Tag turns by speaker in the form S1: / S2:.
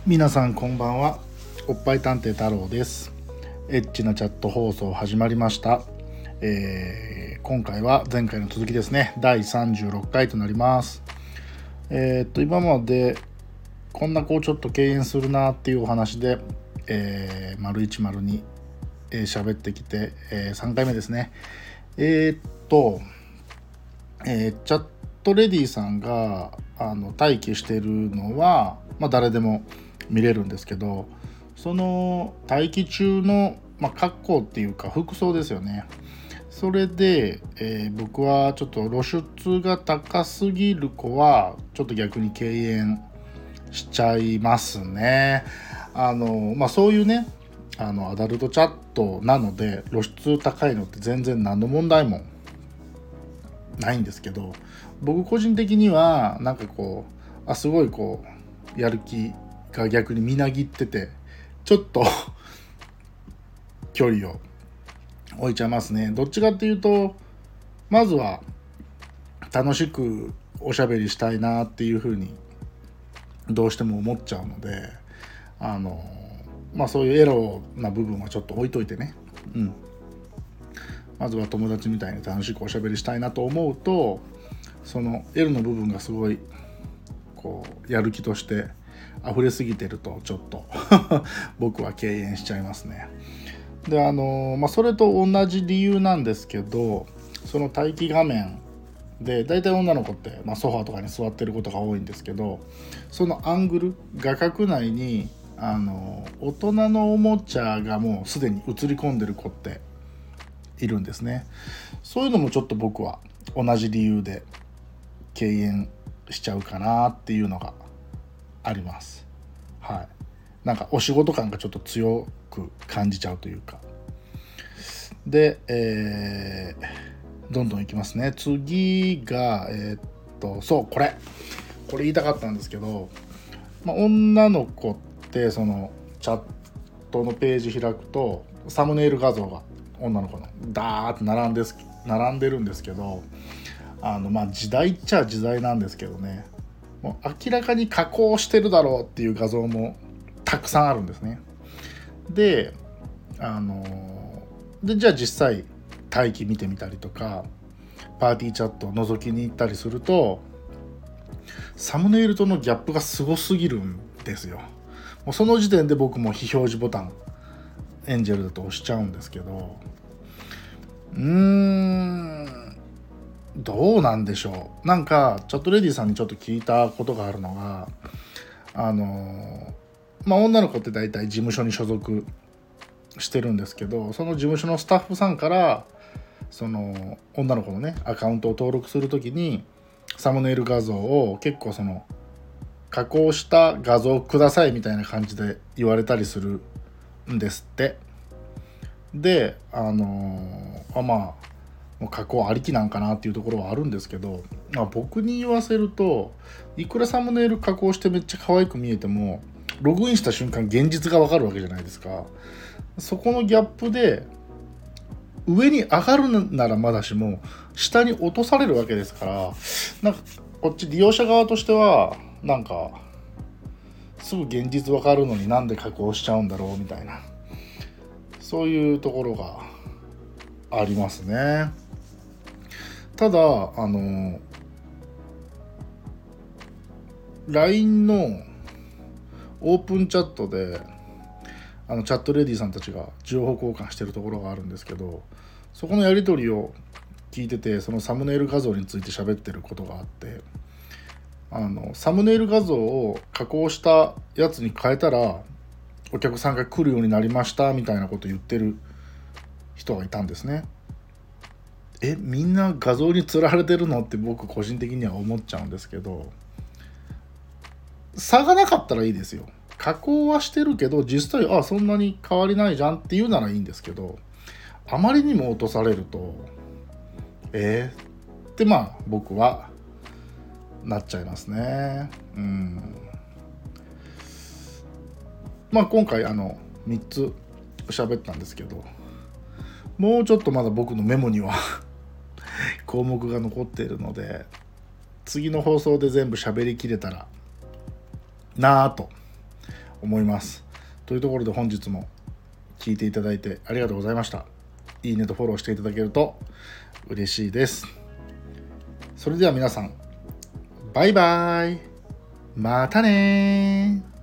S1: 皆さんこんばんは。おっぱい探偵太郎です。エッチなチャット放送始まりました。今回は前回の続きですね。第36回となります。今までこんなちょっと敬遠するなっていうお話で、丸1丸2喋ってきて、3回目ですね。チャットレディさんが待機しているのは、誰でも見れるんですけど、その待機中の、格好っていうか服装ですよね。それで、僕はちょっと露出が高すぎる子はちょっと逆に敬遠しちゃいますね。そういうね、アダルトチャットなので露出高いのって全然何の問題もないんですけど、僕個人的にはすごいやる気が逆にみなぎってて、ちょっと距離を置いちゃいますね。どっちかっていうと、まずは楽しくおしゃべりしたいなっていうふうにどうしても思っちゃうので、そういうエロな部分はちょっと置いといてね、まずは友達みたいに楽しくおしゃべりしたいなと思うと、そのエロの部分がすごいやる気として溢れすぎてるとちょっと僕は敬遠しちゃいますね。でそれと同じ理由なんですけど、その待機画面で大体女の子って、ソファーとかに座ってることが多いんですけど、そのアングル画角内に大人のおもちゃがもうすでに映り込んでる子っているんですね。そういうのもちょっと僕は同じ理由で敬遠しちゃうかなっていうのがあります。はい。なんかお仕事感がちょっと強く感じちゃうというか。で、どんどんいきますね。次がそうこれ言いたかったんですけど、女の子ってそのチャットのページ開くとサムネイル画像が女の子のダーッと並んでるんですけど、時代っちゃ時代なんですけどね、もう明らかに加工してるだろうっていう画像もたくさんあるんですね。でじゃあ実際待機見てみたりとかパーティーチャットを覗きに行ったりすると、サムネイルとのギャップがすごすぎるんですよ。もうその時点で僕も非表示ボタンエンジェルだと押しちゃうんですけど、どうなんでしょう。なんかチャットレディさんにちょっと聞いたことがあるのが、女の子って大体事務所に所属してるんですけど、その事務所のスタッフさんからその女の子のねアカウントを登録するときにサムネイル画像を結構その加工した画像くださいみたいな感じで言われたりするんですって。でもう加工ありきなんかなっていうところはあるんですけど、僕に言わせると、いくらサムネイル加工してめっちゃ可愛く見えてもログインした瞬間現実がわかるわけじゃないですか。そこのギャップで上に上がるならまだしも下に落とされるわけですから、なんかこっち利用者側としてはなんかすぐ現実わかるのになんで加工しちゃうんだろうみたいな、そういうところがありますね。ただLINE のオープンチャットでチャットレディさんたちが情報交換してるところがあるんですけど、そこのやり取りを聞いてて、そのサムネイル画像について喋ってることがあって、サムネイル画像を加工したやつに変えたらお客さんが来るようになりましたみたいなことを言ってる人がいたんですね。みんな画像に釣られてるのって僕個人的には思っちゃうんですけど、差がなかったらいいですよ。加工はしてるけど実際そんなに変わりないじゃんっていうならいいんですけど、あまりにも落とされるとって僕はなっちゃいますね。今回3つ喋ったんですけど、もうちょっとまだ僕のメモには項目が残っているので、次の放送で全部喋りきれたらなぁと思います。というところで本日も聞いていただいてありがとうございました。いいねとフォローしていただけると嬉しいです。それでは皆さん、バイバイ。またね。